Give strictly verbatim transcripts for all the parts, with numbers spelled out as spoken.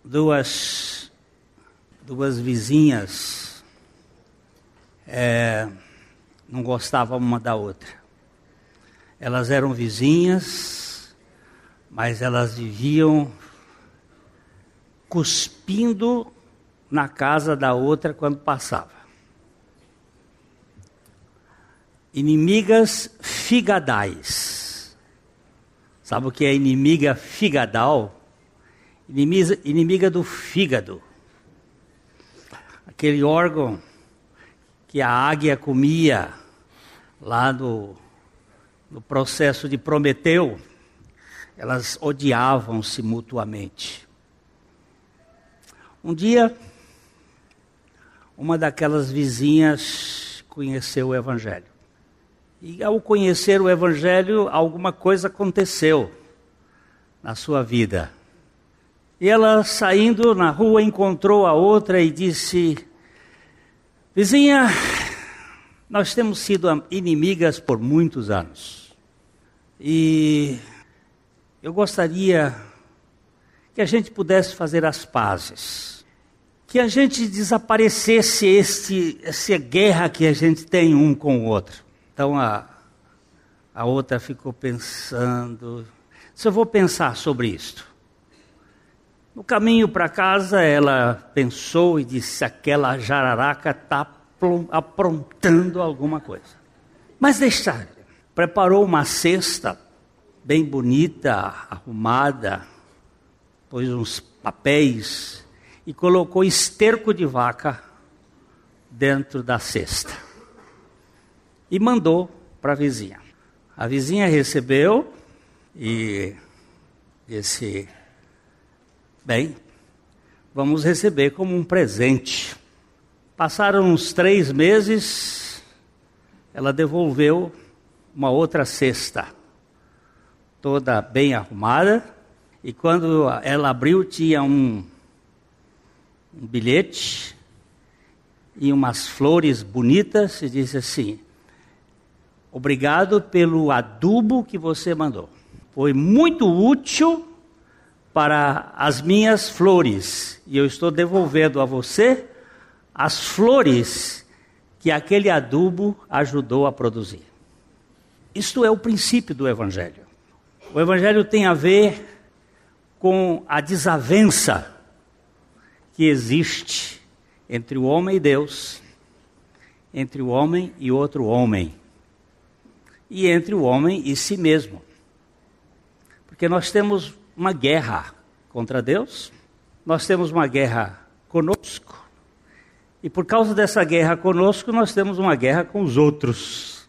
duas, duas vizinhas é, não gostavam uma da outra. Elas eram vizinhas, mas elas viviam cuspindo na casa da outra quando passava. Inimigas figadais. Sabe o que é inimiga figadal? Inimiga, inimiga do fígado. Aquele órgão que a águia comia lá no, no processo de Prometeu. Elas odiavam-se mutuamente. Um dia, uma daquelas vizinhas conheceu o Evangelho. E ao conhecer o Evangelho, alguma coisa aconteceu na sua vida. E ela, saindo na rua, encontrou a outra e disse: vizinha, nós temos sido inimigas por muitos anos. E eu gostaria que a gente pudesse fazer as pazes. Que a gente desaparecesse este, essa guerra que a gente tem um com o outro. Então a, a outra ficou pensando, se eu vou pensar sobre isto. No caminho para casa ela pensou e disse, aquela jararaca está aprontando alguma coisa. Mas deixa, preparou uma cesta bem bonita, arrumada, pôs uns papéis e colocou esterco de vaca dentro da cesta. E mandou para a vizinha. A vizinha recebeu e disse, bem, vamos receber como um presente. Passaram uns três meses, ela devolveu uma outra cesta, toda bem arrumada, e quando ela abriu tinha um, um bilhete e umas flores bonitas, e disse assim, obrigado pelo adubo que você mandou. Foi muito útil para as minhas flores. E eu estou devolvendo a você as flores que aquele adubo ajudou a produzir. Isto é o princípio do Evangelho. O Evangelho tem a ver com a desavença que existe entre o homem e Deus, entre o homem e outro homem, e entre o homem e si mesmo. Porque nós temos uma guerra contra Deus, nós temos uma guerra conosco, e por causa dessa guerra conosco, nós temos uma guerra com os outros.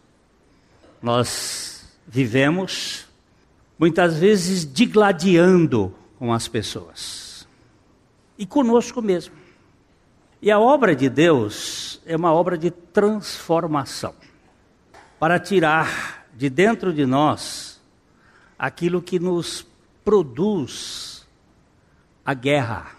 Nós vivemos, muitas vezes, digladiando com as pessoas, e conosco mesmo. E a obra de Deus é uma obra de transformação, para tirar de dentro de nós aquilo que nos produz a guerra.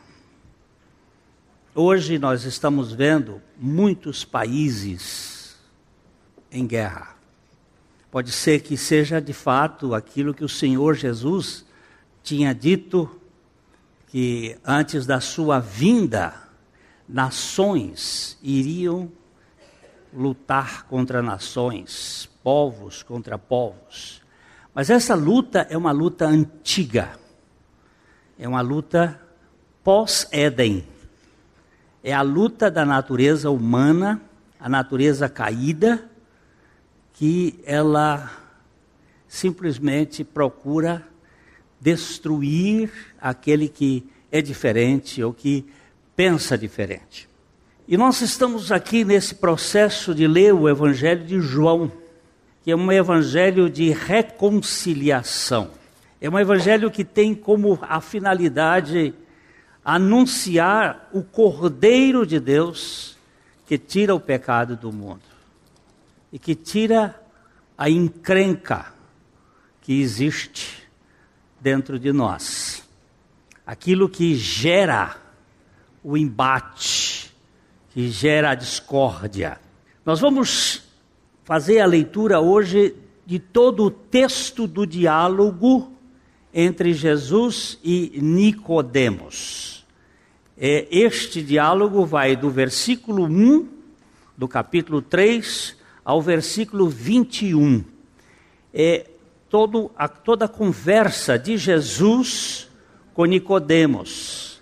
Hoje nós estamos vendo muitos países em guerra. Pode ser que seja de fato aquilo que o Senhor Jesus tinha dito, que antes da sua vinda, nações iriam lutar contra nações, povos contra povos. Mas essa luta é uma luta antiga, é uma luta pós-Éden, é a luta da natureza humana, a natureza caída, que ela simplesmente procura destruir aquele que é diferente ou que pensa diferente. E nós estamos aqui nesse processo de ler o Evangelho de João, que é um evangelho de reconciliação. É um evangelho que tem como a finalidade anunciar o Cordeiro de Deus que tira o pecado do mundo e que tira a encrenca que existe dentro de nós. Aquilo que gera o embate, que gera a discórdia. Nós vamos fazer a leitura hoje de todo o texto do diálogo entre Jesus e Nicodemos. É, este diálogo vai do versículo um do capítulo três ao versículo vinte e um. É todo a, toda a conversa de Jesus com Nicodemos.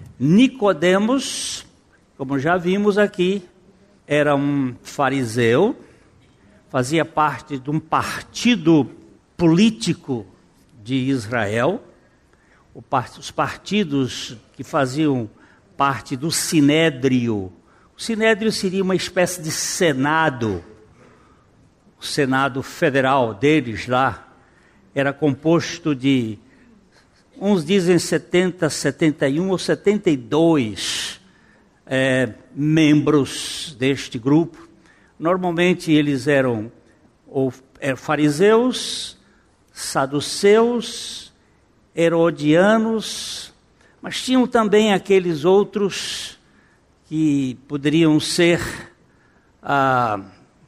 Nicodemos, como já vimos aqui, era um fariseu, fazia parte de um partido político de Israel, os partidos que faziam parte do Sinédrio. O Sinédrio seria uma espécie de Senado, o Senado federal deles lá, era composto de, uns dizem setenta, setenta e um ou setenta e dois é, membros deste grupo. Normalmente eles eram ou, é, fariseus, saduceus, herodianos, mas tinham também aqueles outros que poderiam ser ah,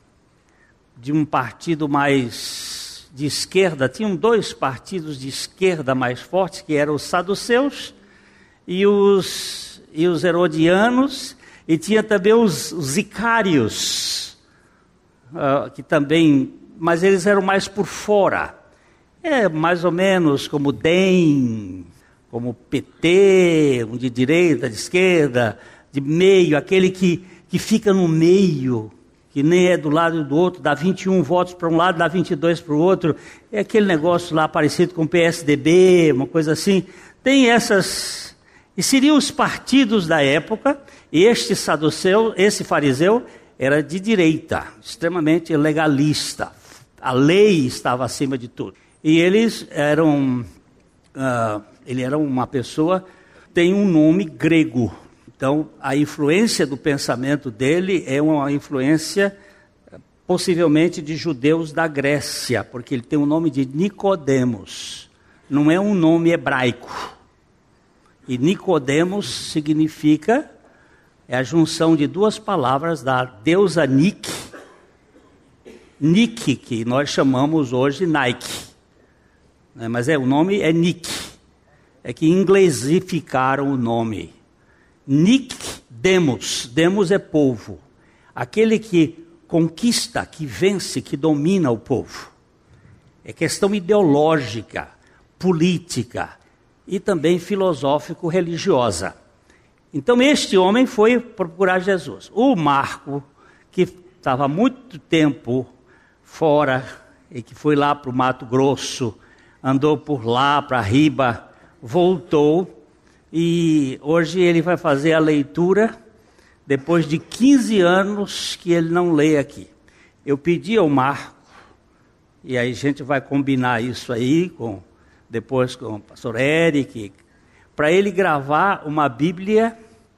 de um partido mais de esquerda. Tinham dois partidos de esquerda mais fortes, que eram os saduceus e os, e os herodianos, e tinha também os, os icários, ah, que também, mas eles eram mais por fora. É mais ou menos como o D E M, como o P T, um de direita, de esquerda, de meio, aquele que, que fica no meio, que nem é do lado do outro, dá vinte e um votos para um lado, dá vinte e dois para o outro. É aquele negócio lá parecido com o P S D B, uma coisa assim. Tem essas... E seriam os partidos da época, e este saduceu, esse fariseu, era de direita, extremamente legalista. A lei estava acima de tudo. E eles eram, uh, ele era uma pessoa, tem um nome grego. Então, a influência do pensamento dele é uma influência possivelmente de judeus da Grécia, porque ele tem o nome de Nicodemos. Não é um nome hebraico. E Nicodemos significa, é a junção de duas palavras da deusa Nike, Nike, que nós chamamos hoje Nike. Mas é, o nome é Nick, é que inglesificaram o nome. Nicodemos, demos é povo, aquele que conquista, que vence, que domina o povo. É questão ideológica, política e também filosófico-religiosa. Então este homem foi procurar Jesus. O Marco, que estava há muito tempo fora e que foi lá para o Mato Grosso, andou por lá, para Riba, voltou, e hoje ele vai fazer a leitura, depois de quinze anos que ele não lê aqui. Eu pedi ao Marco, e aí a gente vai combinar isso aí, com, depois com o pastor Eric, para ele gravar uma Bíblia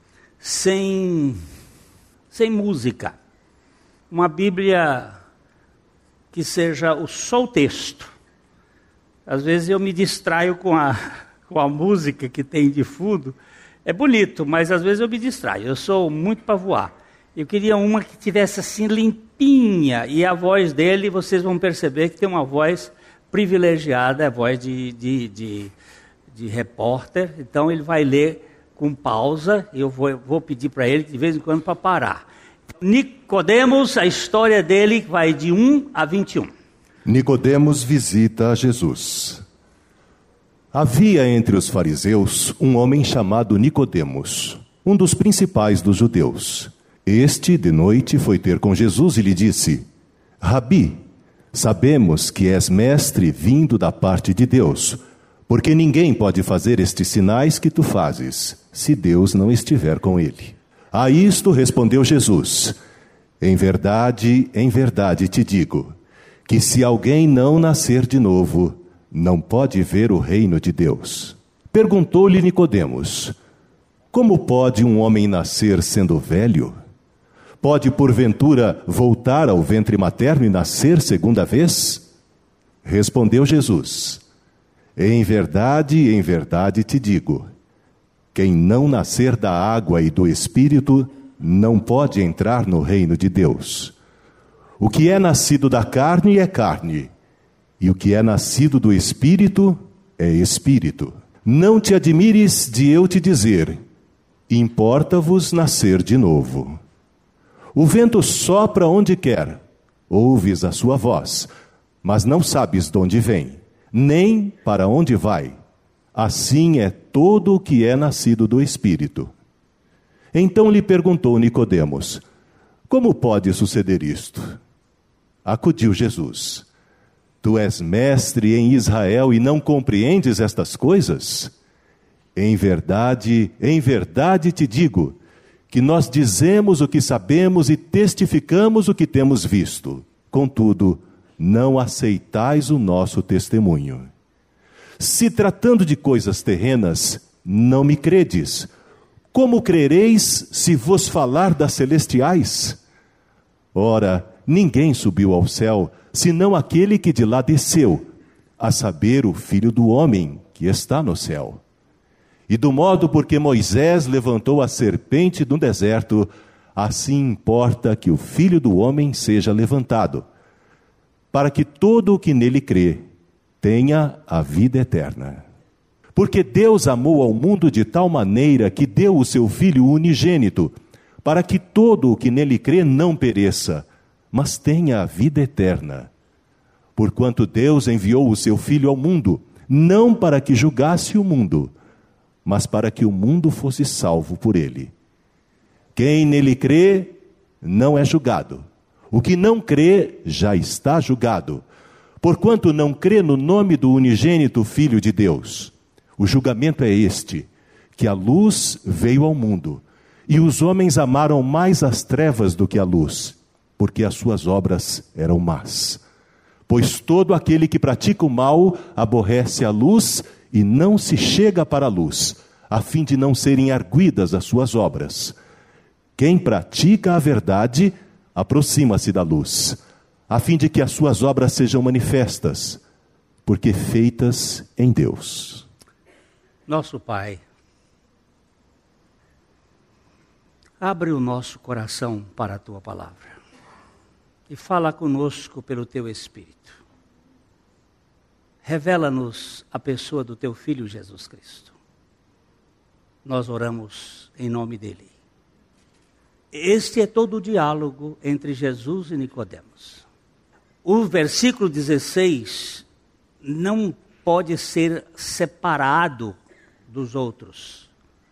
sem, sem música. Uma Bíblia que seja só o texto. Às vezes eu me distraio com a, com a música que tem de fundo. É bonito, mas às vezes eu me distraio. Eu sou muito para voar. Eu queria uma que tivesse assim limpinha. E a voz dele, vocês vão perceber que tem uma voz privilegiada, a voz de, de, de, de repórter. Então ele vai ler com pausa. E eu vou, vou pedir para ele de vez em quando para parar. Nicodemos, a história dele vai de um a vinte e um. Nicodemos visita a Jesus. Havia entre os fariseus um homem chamado Nicodemos, um dos principais dos judeus. Este, de noite, foi ter com Jesus e lhe disse: Rabi, sabemos que és mestre vindo da parte de Deus, porque ninguém pode fazer estes sinais que tu fazes, se Deus não estiver com ele. A isto respondeu Jesus: Em verdade, em verdade te digo, que se alguém não nascer de novo, não pode ver o reino de Deus. Perguntou-lhe Nicodemos: Como pode um homem nascer sendo velho? Pode, porventura, voltar ao ventre materno e nascer segunda vez? Respondeu Jesus: Em verdade, em verdade te digo, quem não nascer da água e do Espírito, não pode entrar no reino de Deus. O que é nascido da carne é carne, e o que é nascido do Espírito é Espírito. Não te admires de eu te dizer, importa-vos nascer de novo. O vento sopra onde quer, ouves a sua voz, mas não sabes de onde vem, nem para onde vai. Assim é todo o que é nascido do Espírito. Então lhe perguntou Nicodemos: como pode suceder isto? Acudiu Jesus: tu és mestre em Israel e não compreendes estas coisas? Em verdade, em verdade te digo, que nós dizemos o que sabemos e testificamos o que temos visto. Contudo, não aceitais o nosso testemunho. Se tratando de coisas terrenas, não me credes. Como crereis se vos falar das celestiais? Ora, ninguém subiu ao céu, senão aquele que de lá desceu, a saber, o Filho do Homem, que está no céu. E do modo porque Moisés levantou a serpente do deserto, assim importa que o Filho do Homem seja levantado, para que todo o que nele crê tenha a vida eterna. Porque Deus amou ao mundo de tal maneira que deu o seu Filho unigênito, para que todo o que nele crê não pereça, mas tenha a vida eterna. Porquanto Deus enviou o seu Filho ao mundo, não para que julgasse o mundo, mas para que o mundo fosse salvo por ele. Quem nele crê, não é julgado. O que não crê, já está julgado, porquanto não crê no nome do unigênito Filho de Deus. O julgamento é este, que a luz veio ao mundo, e os homens amaram mais as trevas do que a luz, porque as suas obras eram más. Pois todo aquele que pratica o mal aborrece a luz e não se chega para a luz, a fim de não serem arguidas as suas obras. Quem pratica a verdade, aproxima-se da luz, a fim de que as suas obras sejam manifestas, porque feitas em Deus. Nosso Pai, abre o nosso coração para a Tua Palavra e fala conosco pelo Teu Espírito. Revela-nos a pessoa do Teu Filho Jesus Cristo. Nós oramos em nome dEle. Este é todo o diálogo entre Jesus e Nicodemos. O versículo dezesseis não pode ser separado dos outros.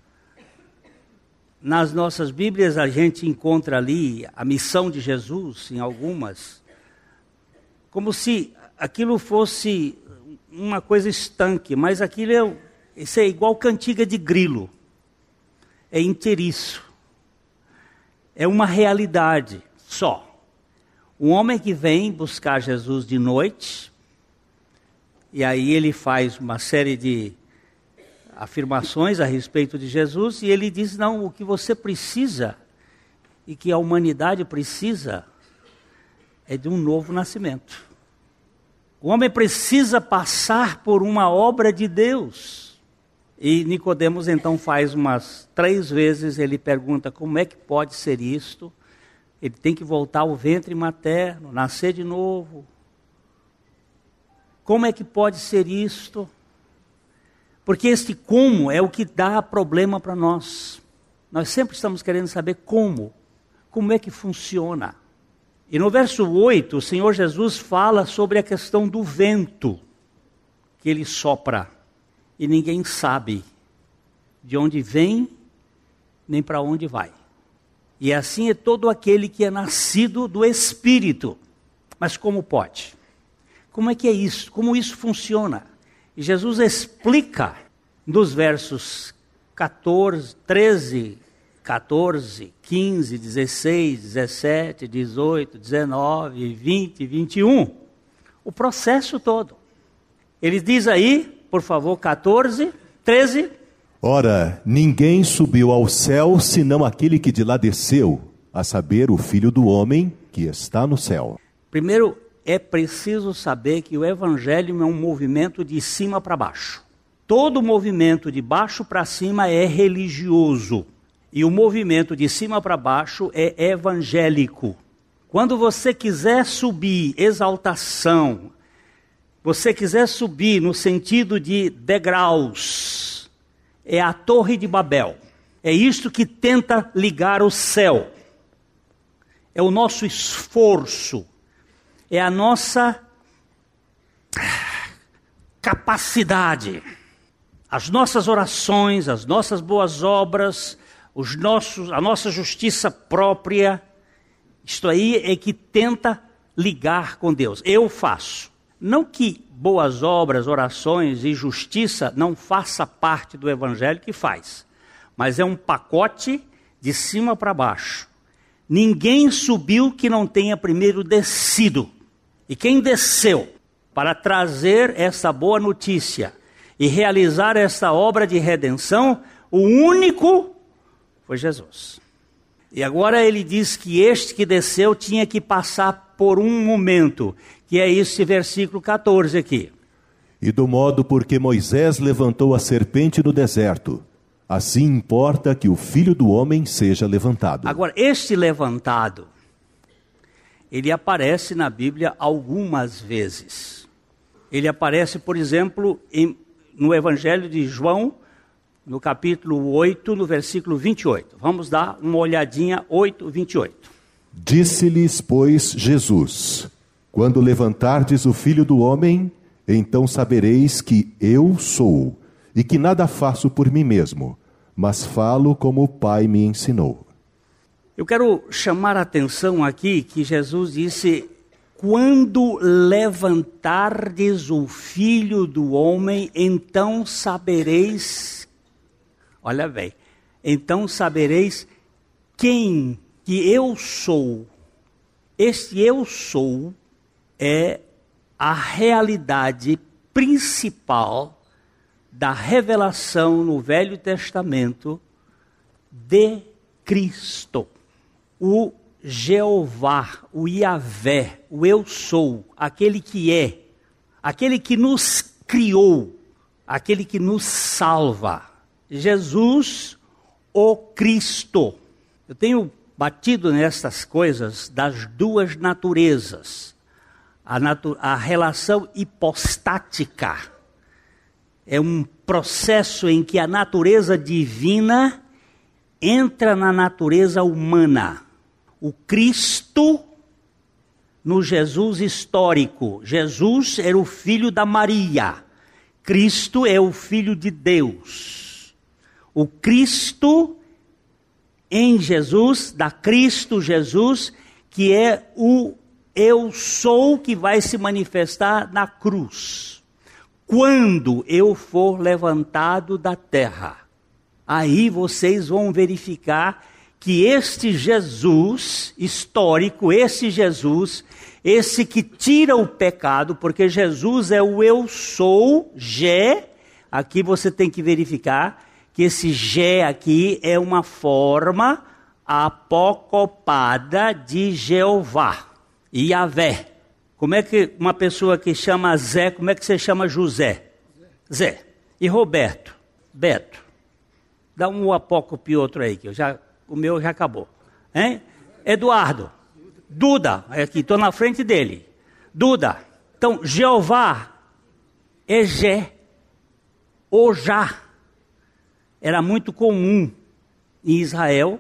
Nas nossas Bíblias a gente encontra ali a missão de Jesus, em algumas, como se aquilo fosse uma coisa estanque, mas aquilo é, isso é igual cantiga de grilo, é inteiriço, é uma realidade só. Um homem que vem buscar Jesus de noite, e aí ele faz uma série de afirmações a respeito de Jesus, e ele diz, não, o que você precisa, e que a humanidade precisa, é de um novo nascimento. O homem precisa passar por uma obra de Deus. E Nicodemos então faz umas três vezes, ele pergunta, como é que pode ser isto? Ele tem que voltar ao ventre materno, nascer de novo. Como é que pode ser isto? Porque este como é o que dá problema para nós. Nós sempre estamos querendo saber como. Como é que funciona? E no verso oito, o Senhor Jesus fala sobre a questão do vento, que ele sopra, e ninguém sabe de onde vem, nem para onde vai. E assim é todo aquele que é nascido do Espírito. Mas como pode? Como é que é isso? Como isso funciona? E Jesus explica nos versos catorze, treze, catorze, quinze, dezesseis, dezessete, dezoito, dezenove, vinte, vinte e um, o processo todo. Ele diz aí, por favor, catorze, treze. Ora, ninguém subiu ao céu, senão aquele que de lá desceu, a saber, o Filho do Homem que está no céu. Primeiro, é preciso saber que o Evangelho é um movimento de cima para baixo. Todo movimento de baixo para cima é religioso. E o movimento de cima para baixo é evangélico. Quando você quiser subir, exaltação, você quiser subir no sentido de degraus, é a Torre de Babel. É isto que tenta ligar o céu. É o nosso esforço. É a nossa capacidade. As nossas orações, as nossas boas obras, os nossos, a nossa justiça própria. Isto aí é que tenta ligar com Deus. Eu faço. Não que boas obras, orações e justiça não faça parte do evangelho, que faz. Mas é um pacote de cima para baixo. Ninguém subiu que não tenha primeiro descido. E quem desceu para trazer essa boa notícia e realizar essa obra de redenção, o único foi Jesus. E agora ele diz que este que desceu tinha que passar por um momento, que é esse versículo catorze aqui. E do modo porque Moisés levantou a serpente no deserto, assim importa que o Filho do Homem seja levantado. Agora, este levantado, ele aparece na Bíblia algumas vezes. Ele aparece, por exemplo, em, no Evangelho de João, no capítulo oito, no versículo vinte e oito. Vamos dar uma olhadinha, oito, vinte e oito. Disse-lhes, pois, Jesus: quando levantardes o Filho do Homem, então sabereis que eu sou, e que nada faço por mim mesmo, mas falo como o Pai me ensinou. Eu quero chamar a atenção aqui que Jesus disse: quando levantardes o Filho do Homem, então sabereis, olha bem, então sabereis quem que eu sou. Este eu sou é a realidade principal da revelação no Velho Testamento de Cristo. O Jeová, o Yahvé, o eu sou, aquele que é, aquele que nos criou, aquele que nos salva. Jesus, o Cristo. Eu tenho batido nessas coisas das duas naturezas. A, natu- a relação hipostática é um processo em que a natureza divina entra na natureza humana. O Cristo no Jesus histórico. Jesus era o filho da Maria. Cristo é o filho de Deus. O Cristo em Jesus, da Cristo Jesus, que é o eu sou que vai se manifestar na cruz. Quando eu for levantado da terra, aí vocês vão verificar que este Jesus histórico, esse Jesus, esse que tira o pecado, porque Jesus é o eu sou, Gé, aqui você tem que verificar que esse Gé aqui é uma forma apocopada de Jeová, Yahvé. Como é que uma pessoa que chama Zé, como é que você chama José? Zé. Zé. E Roberto? Beto. Dá um apócope outro aí, que eu já, o meu já acabou. Hein? Eduardo. Duda. Aqui, estou na frente dele. Duda. Então, Jeová é Gé. Ou Já. Era muito comum em Israel.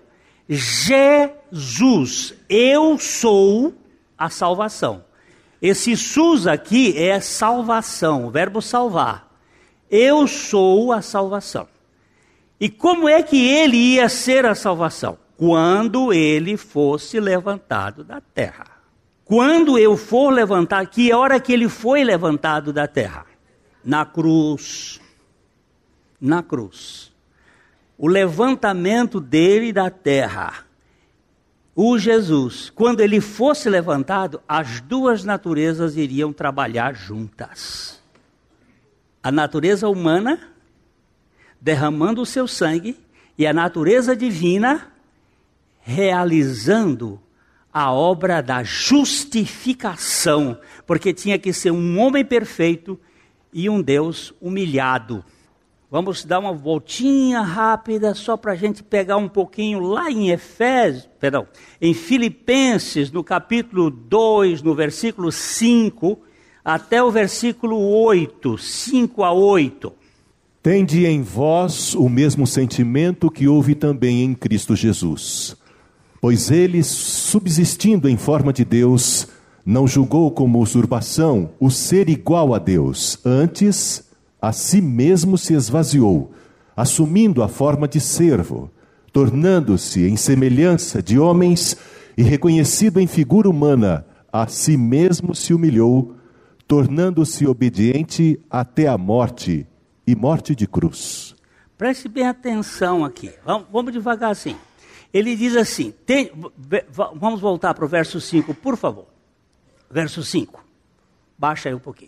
Jesus. Eu sou a salvação. Esse sus aqui é salvação, o verbo salvar. Eu sou a salvação. E como é que ele ia ser a salvação? Quando ele fosse levantado da terra. Quando eu for levantar, que hora que ele foi levantado da terra? Na cruz. Na cruz. O levantamento dele da terra. O Jesus, quando ele fosse levantado, as duas naturezas iriam trabalhar juntas. A natureza humana derramando o seu sangue e a natureza divina realizando a obra da justificação, porque tinha que ser um homem perfeito e um Deus humilhado. Vamos dar uma voltinha rápida só para a gente pegar um pouquinho lá em Efésios, perdão, em Filipenses, no capítulo dois, no versículo cinco, até o versículo oito, cinco a oito. Tende em vós o mesmo sentimento que houve também em Cristo Jesus. Pois ele, subsistindo em forma de Deus, não julgou como usurpação o ser igual a Deus. Antes, a si mesmo se esvaziou, assumindo a forma de servo, tornando-se em semelhança de homens e reconhecido em figura humana, a si mesmo se humilhou, tornando-se obediente até a morte, e morte de cruz. Preste bem atenção aqui. Vamos, vamos devagar assim. Ele diz assim, tem, vamos voltar para o verso cinco, por favor. Verso cinco. Baixa aí um pouquinho.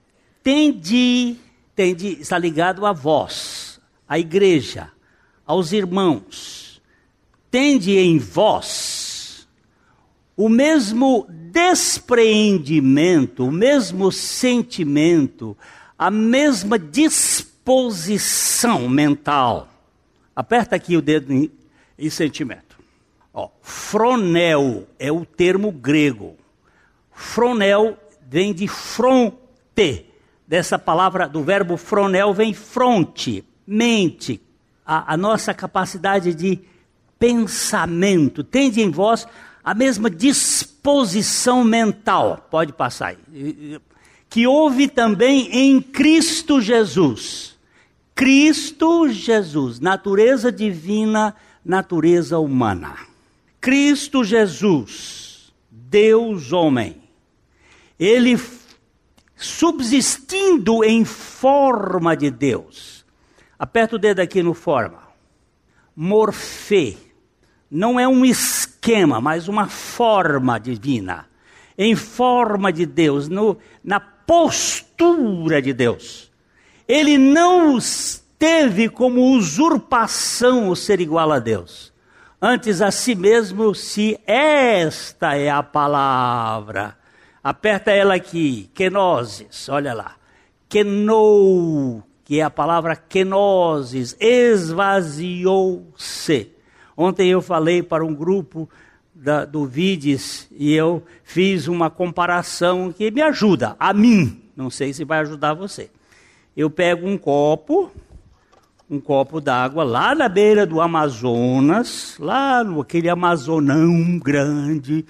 Tende, tende, está ligado a vós, à igreja, aos irmãos. Tende em vós o mesmo despreendimento, o mesmo sentimento, a mesma disposição mental. Aperta aqui o dedo em, em sentimento. Ó, fronel é o termo grego. Fronel vem de fronte. Dessa palavra, do verbo fronel, vem fronte, mente. A, a nossa capacidade de pensamento. Tende em vós a mesma disposição mental. Pode passar aí. Que houve também em Cristo Jesus. Cristo Jesus, natureza divina, natureza humana. Cristo Jesus, Deus homem. Ele subsistindo em forma de Deus. Aperta o dedo aqui no forma. Morfê. Não é um esquema, mas uma forma divina. Em forma de Deus, no, na postura de Deus. Ele não teve como usurpação o ser igual a Deus. Antes a si mesmo, se esta é a palavra. Aperta ela aqui, kenosis, olha lá. Kenou, que é a palavra kenosis, esvaziou-se. Ontem eu falei para um grupo da, do Vides e eu fiz uma comparação que me ajuda, a mim, não sei se vai ajudar você. Eu pego um copo, um copo d'água lá na beira do Amazonas, lá no aquele Amazonão grande,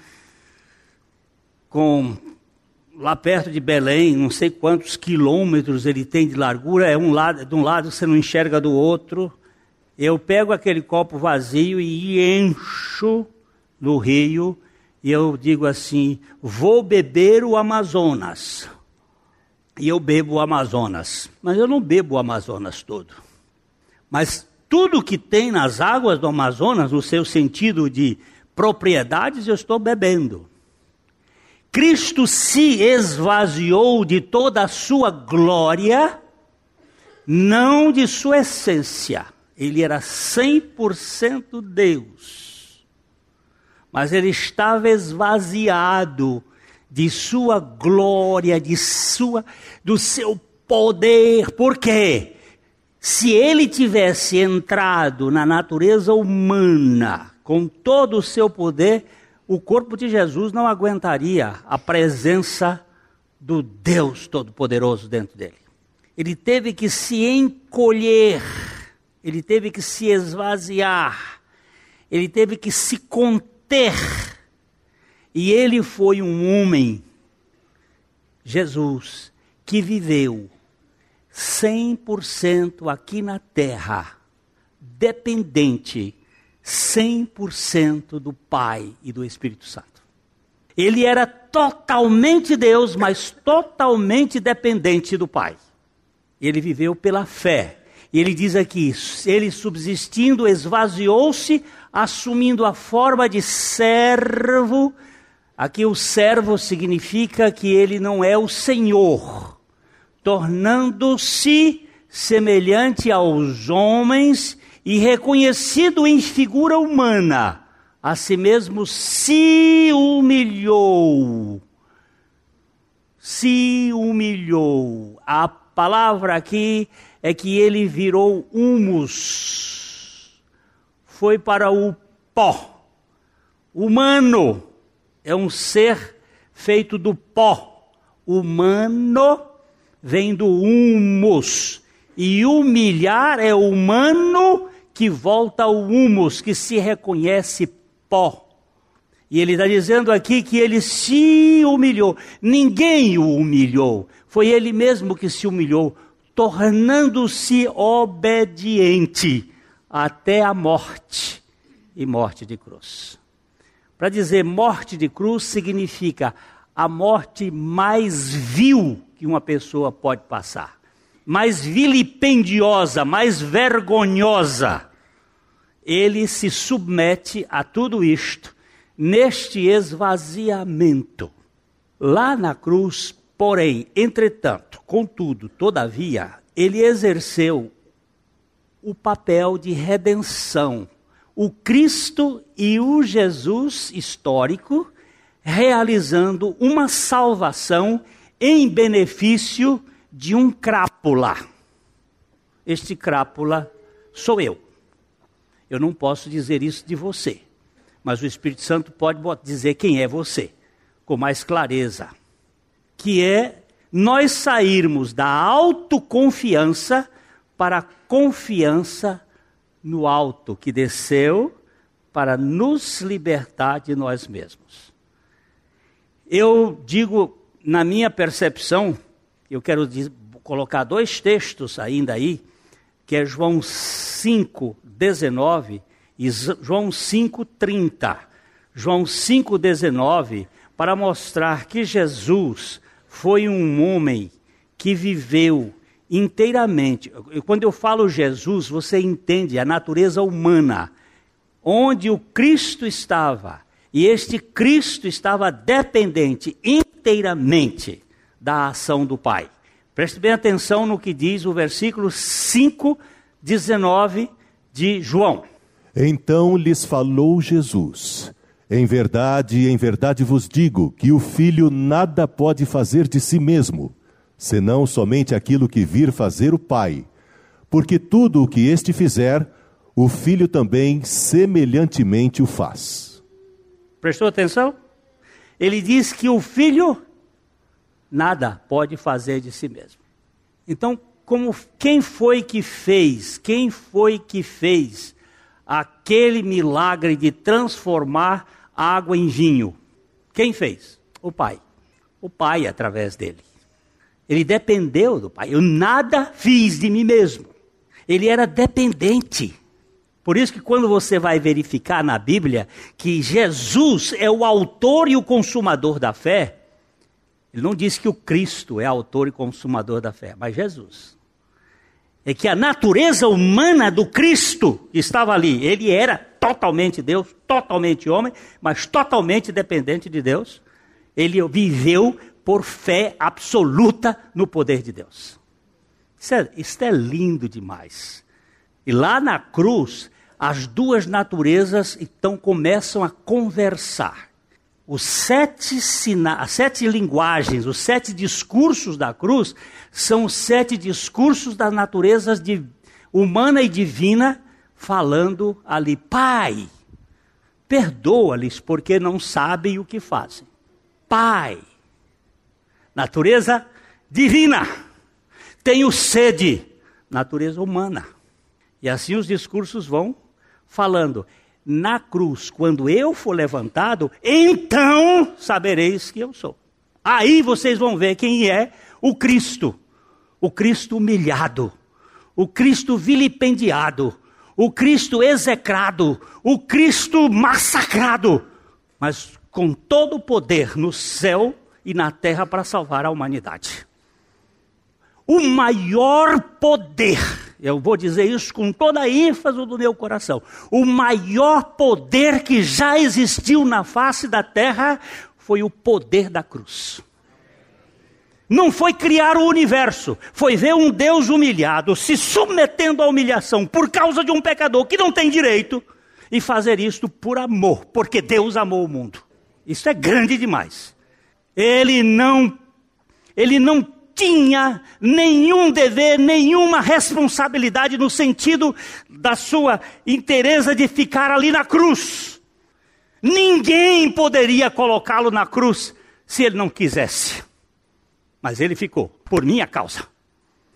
com lá perto de Belém, não sei quantos quilômetros ele tem de largura, é um lado, de um lado você não enxerga do outro. Eu pego aquele copo vazio e encho no rio, e eu digo assim, vou beber o Amazonas. E eu bebo o Amazonas. Mas eu não bebo o Amazonas todo. Mas tudo que tem nas águas do Amazonas, no seu sentido de propriedades, eu estou bebendo. Cristo se esvaziou de toda a sua glória, não de sua essência. Ele era cem por cento Deus, mas ele estava esvaziado de sua glória, de sua, do seu poder. Por quê? Se ele tivesse entrado na natureza humana com todo o seu poder, o corpo de Jesus não aguentaria a presença do Deus Todo-Poderoso dentro dele. Ele teve que se encolher. Ele teve que se esvaziar, ele teve que se conter, e ele foi um homem, Jesus, que viveu cem por cento aqui na terra, dependente cem por cento do Pai e do Espírito Santo. Ele era totalmente Deus, mas totalmente dependente do Pai. Ele viveu pela fé. E ele diz aqui, ele subsistindo, esvaziou-se, assumindo a forma de servo. Aqui o servo significa que ele não é o Senhor, tornando-se semelhante aos homens e reconhecido em figura humana. A si mesmo se humilhou. Se humilhou. A palavra aqui é que ele virou humus, foi para o pó. Humano é um ser feito do pó. Humano vem do humus, E humilhar é humano que volta ao humus, que se reconhece pó. E ele está dizendo aqui que ele se humilhou. Ninguém o humilhou. Foi ele mesmo que se humilhou, tornando-se obediente até a morte, e morte de cruz. Para dizer morte de cruz significa a morte mais vil que uma pessoa pode passar. Mais vilipendiosa, mais vergonhosa. Ele se submete a tudo isto, neste esvaziamento. Lá na cruz, porém, entretanto, contudo, todavia, ele exerceu o papel de redenção. O Cristo e o Jesus histórico realizando uma salvação em benefício de um crápula. Este crápula sou eu. Eu não posso dizer isso de você, mas o Espírito Santo pode dizer quem é você, com mais clareza. Que é nós sairmos da autoconfiança para a confiança no alto, que desceu para nos libertar de nós mesmos. Eu digo, na minha percepção, eu quero dizer, colocar dois textos ainda aí, que é João cinco, dezenove e João cinco, trinta. João cinco, dezenove, para mostrar que Jesus foi um homem que viveu inteiramente. Quando eu falo Jesus, você entende a natureza humana, onde o Cristo estava, e este Cristo estava dependente inteiramente da ação do Pai. Preste bem atenção no que diz o versículo cinco, dezenove de João. Então lhes falou Jesus: em verdade, em verdade vos digo que o Filho nada pode fazer de si mesmo, senão somente aquilo que vir fazer o Pai. Porque tudo o que este fizer, o Filho também semelhantemente o faz. Prestou atenção? Ele diz que o Filho nada pode fazer de si mesmo. Então, como, quem foi que fez, quem foi que fez aquele milagre de transformar água em vinho? Quem fez? O Pai. O Pai através dele. Ele dependeu do Pai. Eu nada fiz de mim mesmo. Ele era dependente. Por isso que quando você vai verificar na Bíblia que Jesus é o autor e o consumador da fé, ele não diz que o Cristo é autor e consumador da fé, mas Jesus. É que a natureza humana do Cristo estava ali. Ele era totalmente Deus, totalmente homem, mas totalmente dependente de Deus. Ele viveu por fé absoluta no poder de Deus. Isso é, isso é lindo demais. E lá na cruz, as duas naturezas então começam a conversar. Os sete sina- as sete linguagens, os sete discursos da cruz, são os sete discursos das naturezas de, humana e divina, falando ali: Pai, perdoa-lhes porque não sabem o que fazem. Pai, natureza divina, tenho sede, natureza humana. E assim os discursos vão falando. Na cruz, quando eu for levantado, então sabereis que eu sou. Aí vocês vão ver quem é o Cristo. O Cristo humilhado, o Cristo vilipendiado, o Cristo execrado, o Cristo massacrado, mas com todo o poder no céu e na terra para salvar a humanidade. O maior poder, eu vou dizer isso com toda a ênfase do meu coração, o maior poder que já existiu na face da terra foi o poder da cruz. Não foi criar o universo, foi ver um Deus humilhado, se submetendo à humilhação por causa de um pecador que não tem direito, e fazer isto por amor, porque Deus amou o mundo. Isso é grande demais. Ele não, ele não tinha nenhum dever, nenhuma responsabilidade no sentido da sua inteireza de ficar ali na cruz. Ninguém poderia colocá-lo na cruz se ele não quisesse. Mas ele ficou, por minha causa.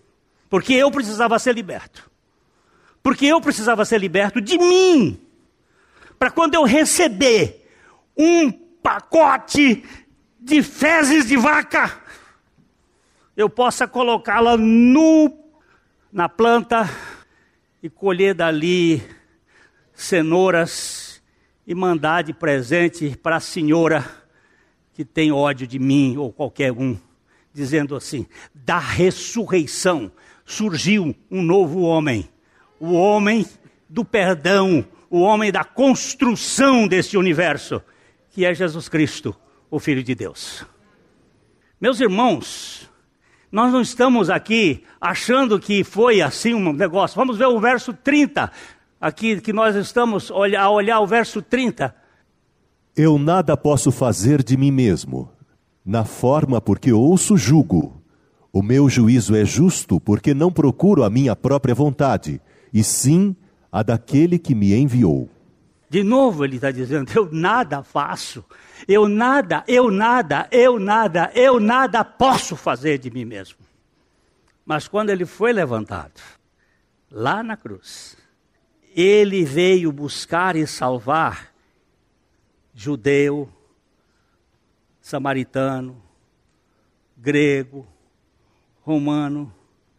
Porque eu precisava ser liberto. Porque eu precisava ser liberto de mim. Para quando eu receber um pacote de fezes de vaca, eu possa colocá-la no, na planta e colher dali cenouras e mandar de presente para a senhora que tem ódio de mim ou qualquer um, dizendo assim: da ressurreição surgiu um novo homem, o homem do perdão, o homem da construção deste universo, que é Jesus Cristo, o Filho de Deus. Meus irmãos, nós não estamos aqui achando que foi assim um negócio. Vamos ver o verso trinta, aqui que nós estamos a olhar o verso trinta. Eu nada posso fazer de mim mesmo, na forma porque ouço julgo. O meu juízo é justo porque não procuro a minha própria vontade, e sim a daquele que me enviou. De novo ele está dizendo, eu nada faço, eu nada, eu nada, eu nada, eu nada posso fazer de mim mesmo. Mas quando ele foi levantado, lá na cruz, ele veio buscar e salvar judeu, samaritano, grego, romano,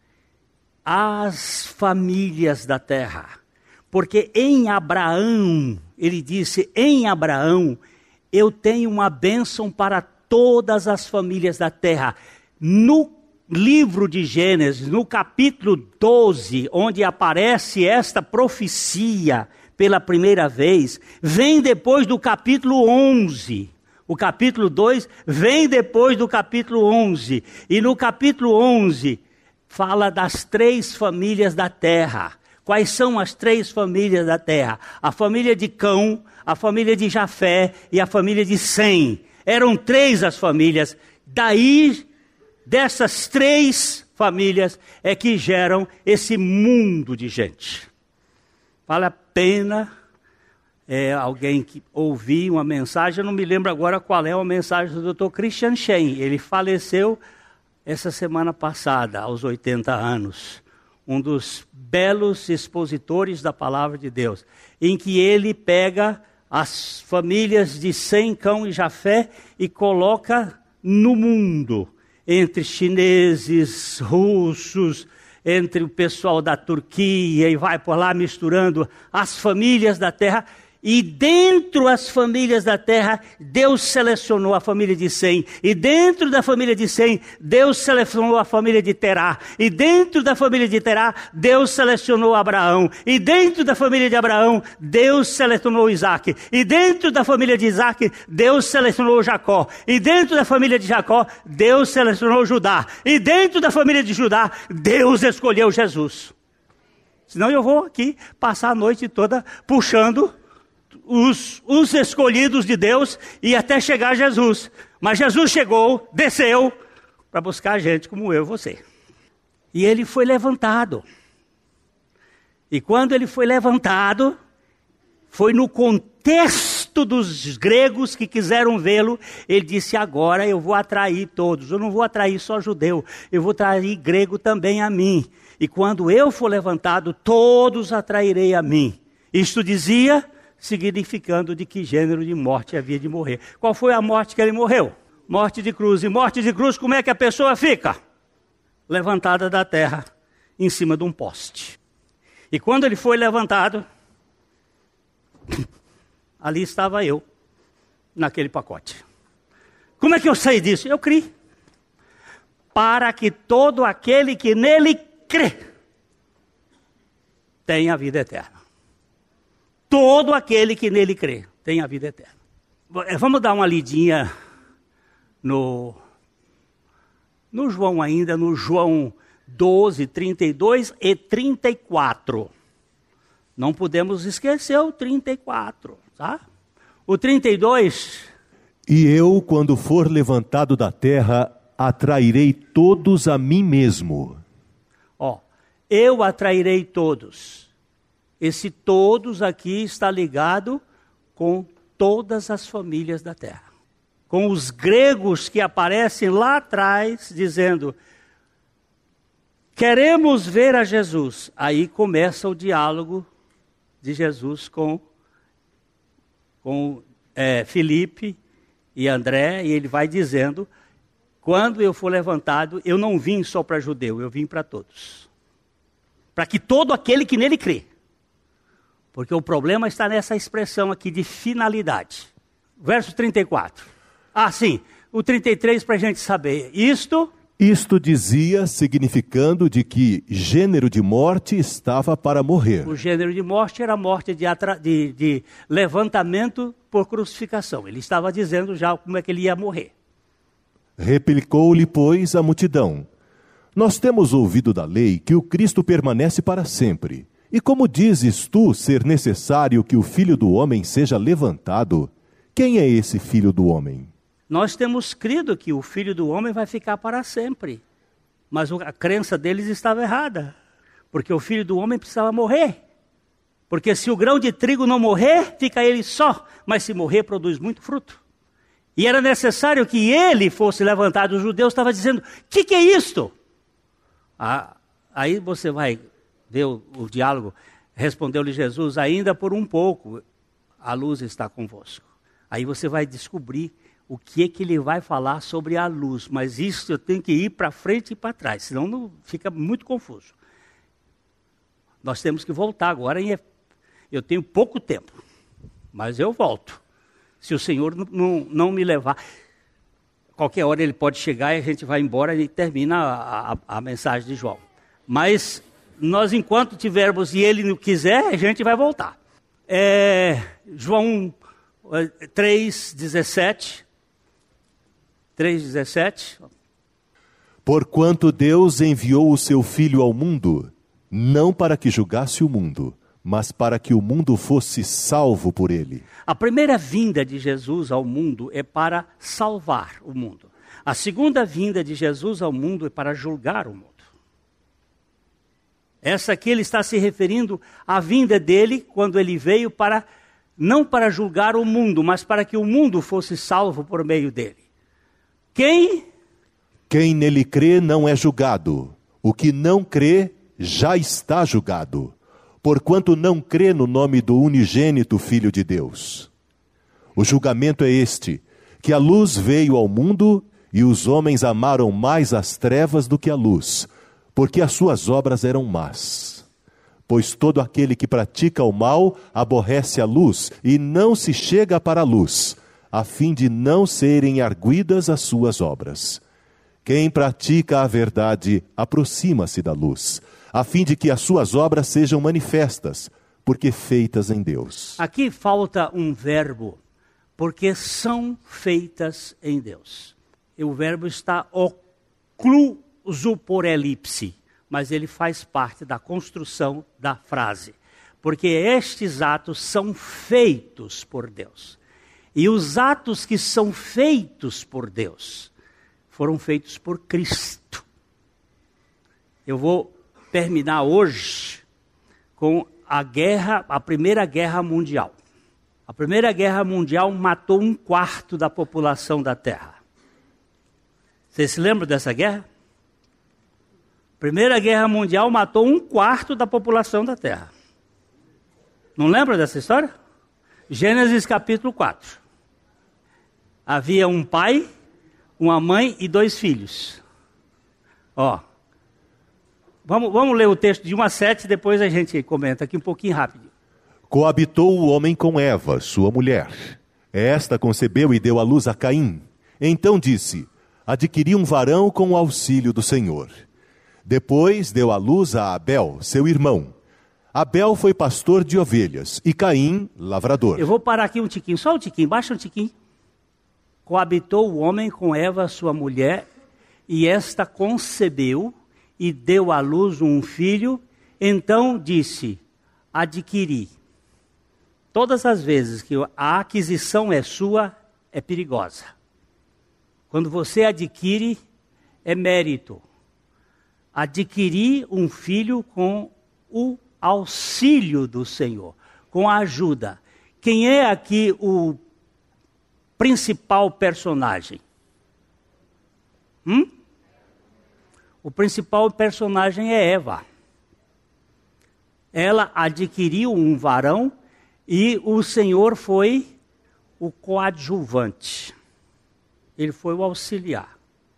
as famílias da terra. Porque em Abraão, ele disse, em Abraão, eu tenho uma bênção para todas as famílias da terra. No livro de Gênesis, no capítulo doze, onde aparece esta profecia pela primeira vez, vem depois do capítulo onze. O capítulo dois vem depois do capítulo onze. E no capítulo onze, fala das três famílias da terra. Quais são as três famílias da terra? A família de Cão, a família de Jafé e a família de Sem. Eram três as famílias. Daí, dessas três famílias, é que geram esse mundo de gente. Vale a pena é, alguém que ouvir uma mensagem, eu não me lembro agora qual é a mensagem do doutor Christian Shen. Ele faleceu essa semana passada, aos oitenta anos. Um dos belos expositores da palavra de Deus, em que ele pega as famílias de Sem, Cão e Jafé e coloca no mundo, entre chineses, russos, entre o pessoal da Turquia, e vai por lá misturando as famílias da terra. E dentro das famílias da terra, Deus selecionou a família de Sem. E dentro da família de Sem, Deus selecionou a família de Terá. E dentro da família de Terá, Deus selecionou Abraão. E dentro da família de Abraão, Deus selecionou Isaac. E dentro da família de Isaac, Deus selecionou Jacó. E dentro da família de Jacó, Deus selecionou Judá. E dentro da família de Judá, Deus escolheu Jesus. Senão eu vou aqui passar a noite toda puxando Os, os escolhidos de Deus e até chegar a Jesus. Mas Jesus chegou, desceu, para buscar gente como eu e você. E ele foi levantado. E quando ele foi levantado, foi no contexto dos gregos que quiseram vê-lo, ele disse, agora eu vou atrair todos. Eu não vou atrair só judeu, eu vou atrair grego também a mim. E quando eu for levantado, todos atrairei a mim. Isto dizia, significando de que gênero de morte havia de morrer. Qual foi a morte que ele morreu? Morte de cruz. E morte de cruz, como é que a pessoa fica? Levantada da terra, em cima de um poste. E quando ele foi levantado, ali estava eu, naquele pacote. Como é que eu sei disso? Eu criei. Para que todo aquele que nele crê, tenha a vida eterna. Todo aquele que nele crê tem a vida eterna. Vamos dar uma lidinha no, no João ainda, no João doze, trinta e dois e trinta e quatro. Não podemos esquecer o trinta e quatro, tá? O trinta e dois... E eu, quando for levantado da terra, atrairei todos a mim mesmo. Ó, eu atrairei todos. Esse todos aqui está ligado com todas as famílias da terra. Com os gregos que aparecem lá atrás, dizendo, queremos ver a Jesus. Aí começa o diálogo de Jesus com, com é, Filipe e André, e ele vai dizendo, quando eu for levantado, eu não vim só para judeu, eu vim para todos. Para que todo aquele que nele crê. Porque o problema está nessa expressão aqui de finalidade. Verso trinta e quatro. Ah, sim, o trinta e três para a gente saber. Isto... Isto dizia, significando de que gênero de morte estava para morrer. O gênero de morte era a morte de, atra... de, de levantamento por crucificação. Ele estava dizendo já como é que ele ia morrer. Replicou-lhe, pois, a multidão. Nós temos ouvido da lei que o Cristo permanece para sempre. E como dizes tu ser necessário que o Filho do Homem seja levantado? Quem é esse Filho do Homem? Nós temos crido que o Filho do Homem vai ficar para sempre. Mas a crença deles estava errada. Porque o Filho do Homem precisava morrer. Porque se o grão de trigo não morrer, fica ele só. Mas se morrer, produz muito fruto. E era necessário que ele fosse levantado. Os judeus estavam dizendo, o que, que é isto? Ah, aí você vai ver o, o diálogo. Respondeu-lhe Jesus, ainda por um pouco a luz está convosco. Aí você vai descobrir o que é que ele vai falar sobre a luz. Mas isso eu tenho que ir para frente e para trás, senão não, fica muito confuso. Nós temos que voltar agora. E eu tenho pouco tempo, mas eu volto. Se o Senhor não, não, não me levar, qualquer hora ele pode chegar e a gente vai embora e termina a, a, a mensagem de João. Mas nós, enquanto tivermos e ele não quiser, a gente vai voltar. É, João três, dezessete. três, dezessete. Porquanto Deus enviou o seu Filho ao mundo, não para que julgasse o mundo, mas para que o mundo fosse salvo por ele. A primeira vinda de Jesus ao mundo é para salvar o mundo. A segunda vinda de Jesus ao mundo é para julgar o mundo. Essa aqui ele está se referindo à vinda dele quando ele veio para, não para julgar o mundo, mas para que o mundo fosse salvo por meio dele. Quem? Quem nele crê não é julgado. O que não crê já está julgado, porquanto não crê no nome do unigênito Filho de Deus. O julgamento é este, que a luz veio ao mundo e os homens amaram mais as trevas do que a luz, porque as suas obras eram más. Pois todo aquele que pratica o mal aborrece a luz e não se chega para a luz, a fim de não serem arguidas as suas obras. Quem pratica a verdade aproxima-se da luz, a fim de que as suas obras sejam manifestas, porque feitas em Deus. Aqui falta um verbo, porque são feitas em Deus. E o verbo está ocluso por elipse, mas ele faz parte da construção da frase. Porque estes atos são feitos por Deus. E os atos que são feitos por Deus foram feitos por Cristo. Eu vou terminar hoje com a guerra, a Primeira Guerra Mundial. A Primeira Guerra Mundial matou um quarto da população da Terra. Vocês se lembram dessa guerra? A Primeira Guerra Mundial matou um quarto da população da Terra. Não lembra dessa história? Gênesis capítulo quatro. Havia um pai, uma mãe e dois filhos. Ó, vamos, vamos ler o texto de um a sete, depois a gente comenta aqui um pouquinho rápido. Coabitou o homem com Eva, sua mulher. Esta concebeu e deu à luz a Caim. Então disse, adquiri um varão com o auxílio do Senhor. Depois deu à luz a Abel, seu irmão. Abel foi pastor de ovelhas e Caim, lavrador. Eu vou parar aqui um tiquinho, só um tiquinho, baixa um tiquinho. Coabitou o homem com Eva, sua mulher, e esta concebeu e deu à luz um filho. Então disse, adquiri. Todas as vezes que a aquisição é sua, é perigosa. Quando você adquire, é mérito. Adquirir um filho com o auxílio do Senhor, com a ajuda. Quem é aqui o principal personagem? Hum? O principal personagem é Eva. Ela adquiriu um varão e o Senhor foi o coadjuvante. Ele foi o auxiliar.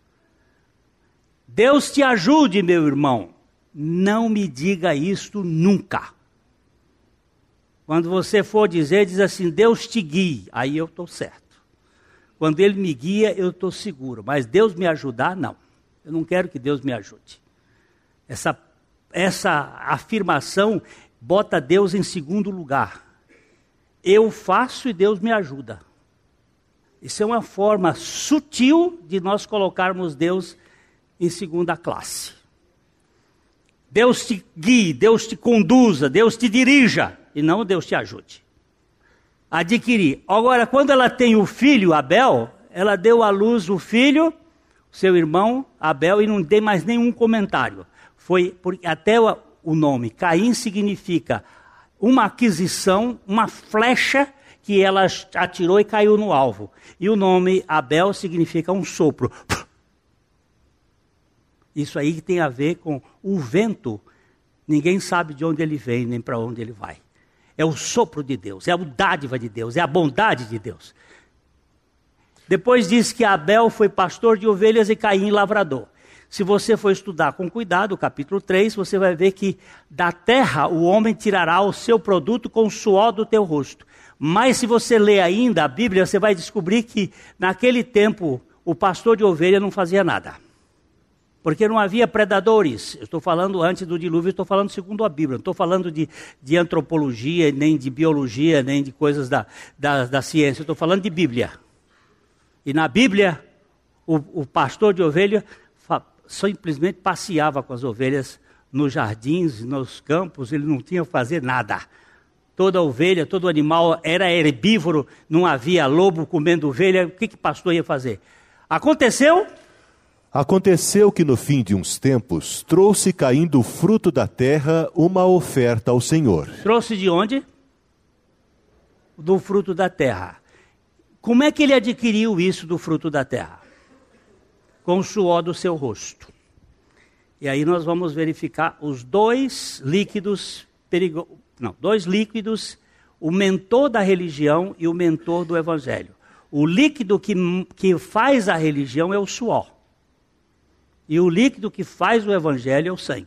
Deus te ajude, meu irmão. Não me diga isto nunca. Quando você for dizer, diz assim, Deus te guie. Aí eu estou certo. Quando Ele me guia, eu estou seguro. Mas Deus me ajudar, não. Eu não quero que Deus me ajude. Essa, essa afirmação bota Deus em segundo lugar. Eu faço e Deus me ajuda. Isso é uma forma sutil de nós colocarmos Deus em segunda classe. Deus te guie, Deus te conduza, Deus te dirija, e não Deus te ajude. Adquirir. Agora, quando ela tem o filho, Abel, ela deu à luz o filho, seu irmão, Abel, e não tem mais nenhum comentário. Foi porque até o, o nome, Caim significa uma aquisição, uma flecha que ela atirou e caiu no alvo. E o nome Abel significa um sopro. Isso aí tem a ver com o vento. Ninguém sabe de onde ele vem, nem para onde ele vai. É o sopro de Deus, é a dádiva de Deus, é a bondade de Deus. Depois diz que Abel foi pastor de ovelhas e Caim lavrador. Se você for estudar com cuidado, capítulo três, você vai ver que da terra o homem tirará o seu produto com o suor do teu rosto. Mas se você ler ainda a Bíblia, você vai descobrir que naquele tempo o pastor de ovelha não fazia nada. Porque não havia predadores. Eu estou falando antes do dilúvio, estou falando segundo a Bíblia. Não estou falando de, de antropologia, nem de biologia, nem de coisas da, da, da ciência. Estou falando de Bíblia. E na Bíblia, o, o pastor de ovelha fa, simplesmente passeava com as ovelhas nos jardins, nos campos. Ele não tinha que fazer nada. Toda ovelha, todo animal era herbívoro. Não havia lobo comendo ovelha. O que que o pastor ia fazer? Aconteceu... Aconteceu que no fim de uns tempos, trouxe Caim do fruto da terra uma oferta ao Senhor. Trouxe de onde? Do fruto da terra. Como é que ele adquiriu isso do fruto da terra? Com o suor do seu rosto. E aí nós vamos verificar os dois líquidos perigosos. Não, dois líquidos, o mentor da religião e o mentor do evangelho. O líquido que, que faz a religião é o suor. E o líquido que faz o evangelho é o sangue.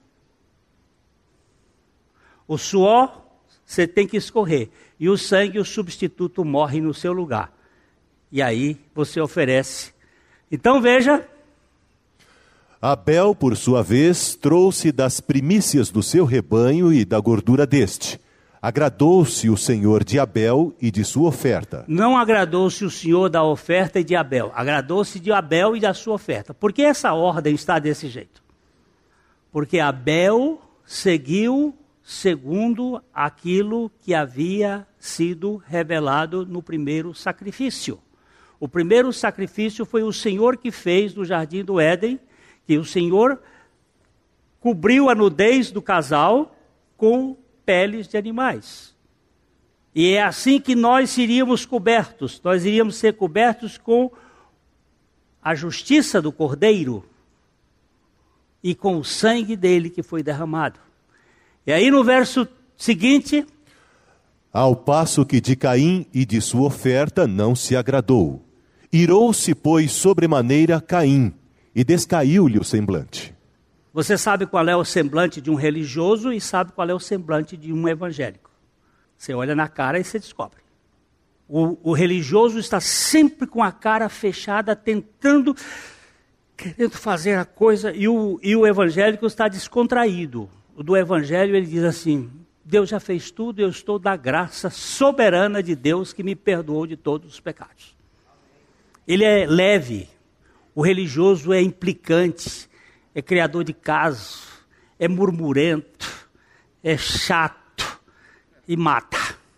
O suor, você tem que escorrer. E o sangue, o substituto morre no seu lugar. E aí você oferece. Então veja. Abel, por sua vez, trouxe das primícias do seu rebanho e da gordura deste. Agradou-se o Senhor de Abel e de sua oferta. Não agradou-se o Senhor da oferta e de Abel. Agradou-se de Abel e da sua oferta. Por que essa ordem está desse jeito? Porque Abel seguiu segundo aquilo que havia sido revelado no primeiro sacrifício. O primeiro sacrifício foi o Senhor que fez no jardim do Éden, que o Senhor cobriu a nudez do casal com peles de animais. E é assim que nós seríamos cobertos. Nós iríamos ser cobertos com a justiça do Cordeiro e com o sangue dele que foi derramado. E aí no verso seguinte... Ao passo que de Caim e de sua oferta não se agradou. Irou-se, pois, sobremaneira Caim, e descaiu-lhe o semblante. Você sabe qual é o semblante de um religioso e sabe qual é o semblante de um evangélico. Você olha na cara e você descobre. O, o religioso está sempre com a cara fechada, tentando, querendo fazer a coisa, e o, e o evangélico está descontraído. O do evangelho ele diz assim, Deus já fez tudo, eu estou da graça soberana de Deus que me perdoou de todos os pecados. Ele é leve, o religioso é implicante, é criador de casos, é murmurento, é chato e mata.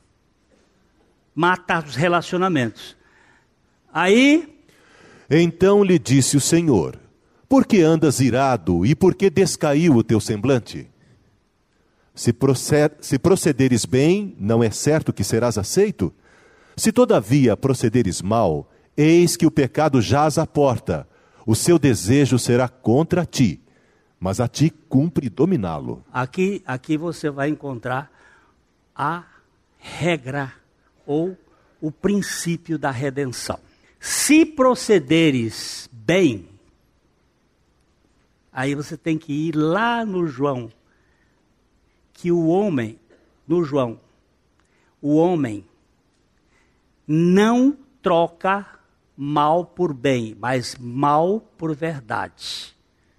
Mata os relacionamentos. Aí... Então lhe disse o Senhor, por que andas irado e por que descaiu o teu semblante? Se, proced- se procederes bem, não é certo que serás aceito? Se todavia procederes mal, eis que o pecado jaz à porta. O seu desejo será contra ti, mas a ti cumpre dominá-lo. Aqui, aqui você vai encontrar a regra ou o princípio da redenção. Se procederes bem, aí você tem que ir lá no João, que o homem, no João, o homem não troca mal por bem, mas mal por verdade.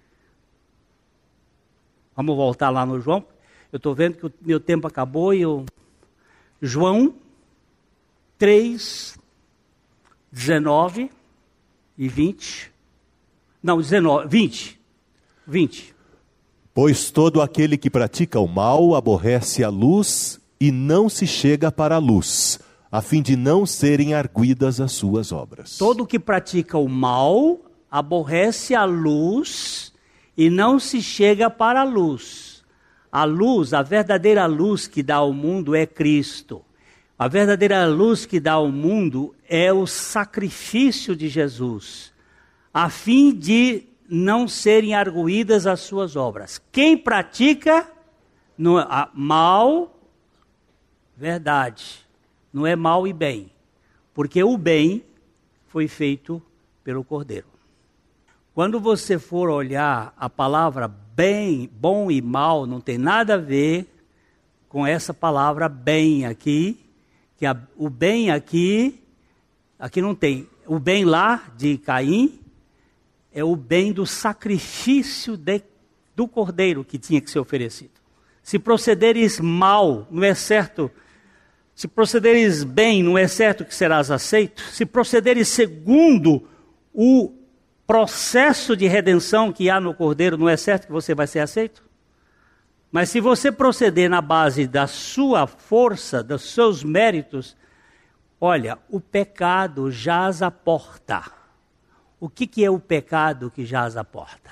Vamos voltar lá no João. Eu estou vendo que o meu tempo acabou e eu... João três, dezenove e vinte. Não, dezenove, vinte. vinte. Pois todo aquele que pratica o mal aborrece a luz e não se chega para a luz, a fim de não serem arguidas as suas obras. Todo que pratica o mal aborrece a luz e não se chega para a luz. A luz, a verdadeira luz que dá ao mundo é Cristo. A verdadeira luz que dá ao mundo é o sacrifício de Jesus, a fim de não serem arguídas as suas obras. Quem pratica no, a, mal, verdade, não é mal e bem, porque o bem foi feito pelo Cordeiro. Quando você for olhar a palavra bem, bom e mal, não tem nada a ver com essa palavra bem aqui, que a, o bem aqui, aqui não tem, o bem lá de Caim é o bem do sacrifício de, do Cordeiro que tinha que ser oferecido. Se procederes mal, não é certo, se procederes bem, não é certo que serás aceito, se procederes segundo o processo de redenção que há no Cordeiro, não é certo que você vai ser aceito? Mas se você proceder na base da sua força, dos seus méritos, olha, o pecado jaz à porta. O que, que é o pecado que jaz à porta?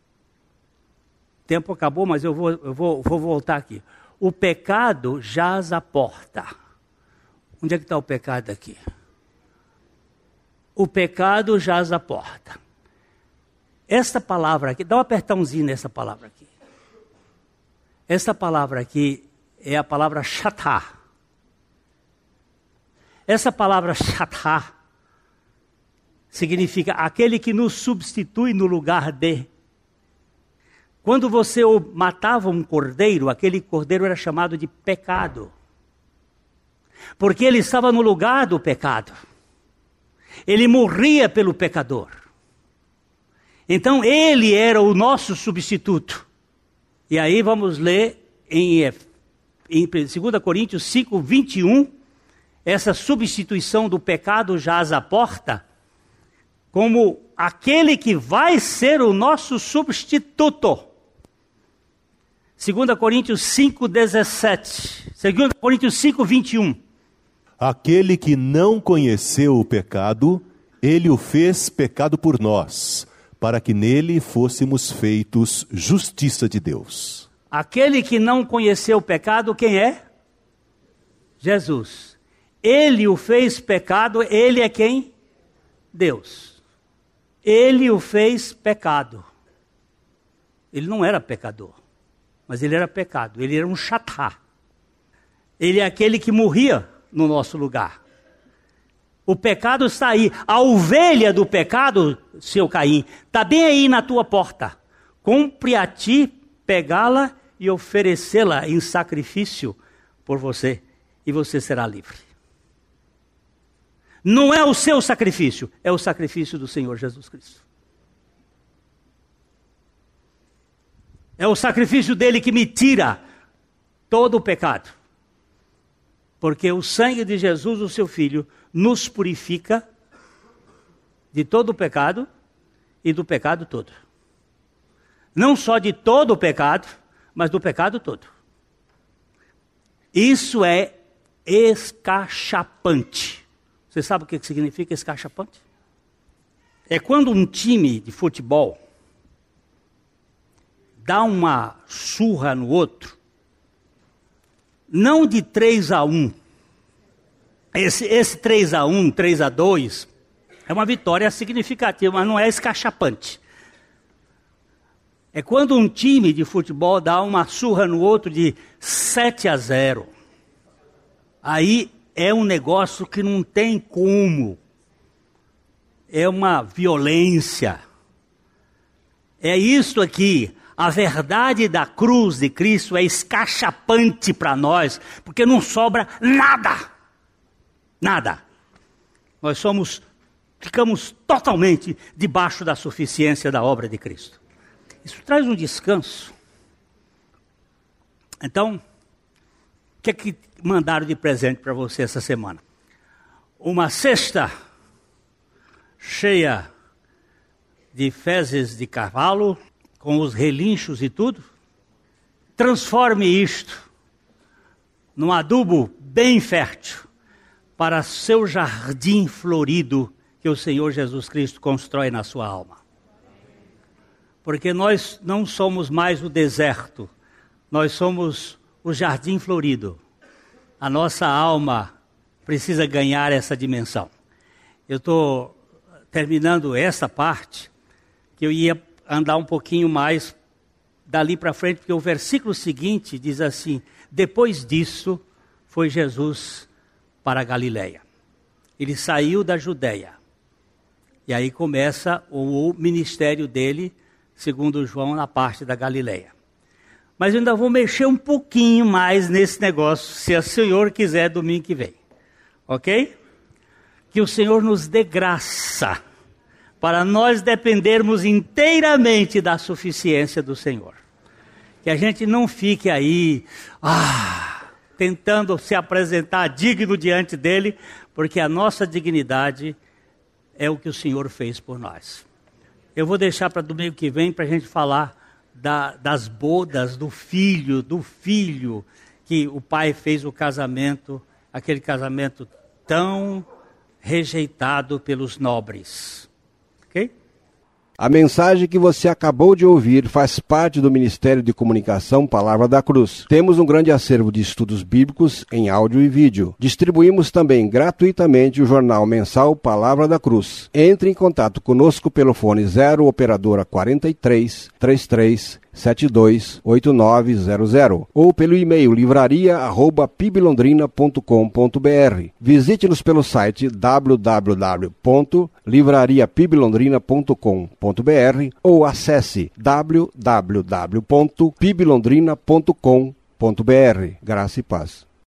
O tempo acabou, mas eu vou, eu vou, vou voltar aqui. O pecado jaz à porta. Onde é que está o pecado aqui? O pecado jaz à porta. Esta palavra aqui, dá um apertãozinho nessa palavra aqui. Esta palavra aqui é a palavra chatá. Essa palavra chatá significa aquele que nos substitui no lugar de. Quando você matava um cordeiro, aquele cordeiro era chamado de pecado. Porque ele estava no lugar do pecado. Ele morria pelo pecador. Então ele era o nosso substituto. E aí vamos ler em, em dois Coríntios cinco, vinte e um, essa substituição do pecado jaz à porta, como aquele que vai ser o nosso substituto. dois Coríntios cinco, dezessete. dois Coríntios cinco, vinte e um. Aquele que não conheceu o pecado, ele o fez pecado por nós, para que nele fôssemos feitos justiça de Deus. Aquele que não conheceu o pecado, quem é? Jesus. Ele o fez pecado, ele é quem? Deus. Ele o fez pecado. Ele não era pecador, mas ele era pecado, ele era um chatá. Ele é aquele que morria no nosso lugar. O pecado está aí. A ovelha do pecado, seu Caim, está bem aí na tua porta. Cumpre a ti pegá-la e oferecê-la em sacrifício por você, e você será livre. Não é o seu sacrifício, é o sacrifício do Senhor Jesus Cristo. É o sacrifício dele que me tira todo o pecado. Porque o sangue de Jesus, o seu Filho, nos purifica de todo o pecado e do pecado todo. Não só de todo o pecado, mas do pecado todo. Isso é escachapante. Você sabe o que significa escachapante? É quando um time de futebol dá uma surra no outro, não de três a um. Esse, esse três a um, três a dois, é uma vitória significativa, mas não é escachapante. É quando um time de futebol dá uma surra no outro de sete a zero. Aí é um negócio que não tem como. É uma violência. É isso aqui. A verdade da cruz de Cristo é escachapante para nós, porque não sobra nada. Nada. Nós somos, ficamos totalmente debaixo da suficiência da obra de Cristo. Isso traz um descanso. Então, o que é que mandaram de presente para você essa semana? Uma cesta cheia de fezes de cavalo, com os relinchos e tudo. Transforme isto num adubo bem fértil para seu jardim florido que o Senhor Jesus Cristo constrói na sua alma. Porque nós não somos mais o deserto, nós somos o jardim florido. A nossa alma precisa ganhar essa dimensão. Eu estou terminando essa parte, que eu ia andar um pouquinho mais dali para frente, porque o versículo seguinte diz assim: depois disso foi Jesus para a Galileia. Ele saiu da Judeia. E aí começa o ministério dele, segundo João, na parte da Galileia. Mas eu ainda vou mexer um pouquinho mais nesse negócio, se o Senhor quiser, domingo que vem. Ok? Que o Senhor nos dê graça para nós dependermos inteiramente da suficiência do Senhor. Que a gente não fique aí, ah, tentando se apresentar digno diante dele, porque a nossa dignidade é o que o Senhor fez por nós. Eu vou deixar para domingo que vem para a gente falar da, das bodas do filho, do filho que o pai fez o casamento, aquele casamento tão rejeitado pelos nobres. Ok? A mensagem que você acabou de ouvir faz parte do Ministério de Comunicação Palavra da Cruz. Temos um grande acervo de estudos bíblicos em áudio e vídeo. Distribuímos também gratuitamente o jornal mensal Palavra da Cruz. Entre em contato conosco pelo fone zero operadora quarenta e três, trinta e três, setenta e dois, oitenta e nove zero zero ou pelo e-mail livraria arroba piblondrina ponto com ponto br. Visite-nos pelo site w w w ponto livraria piblondrina ponto com ponto br ou acesse w w w ponto piblondrina ponto com ponto br. Graça e paz.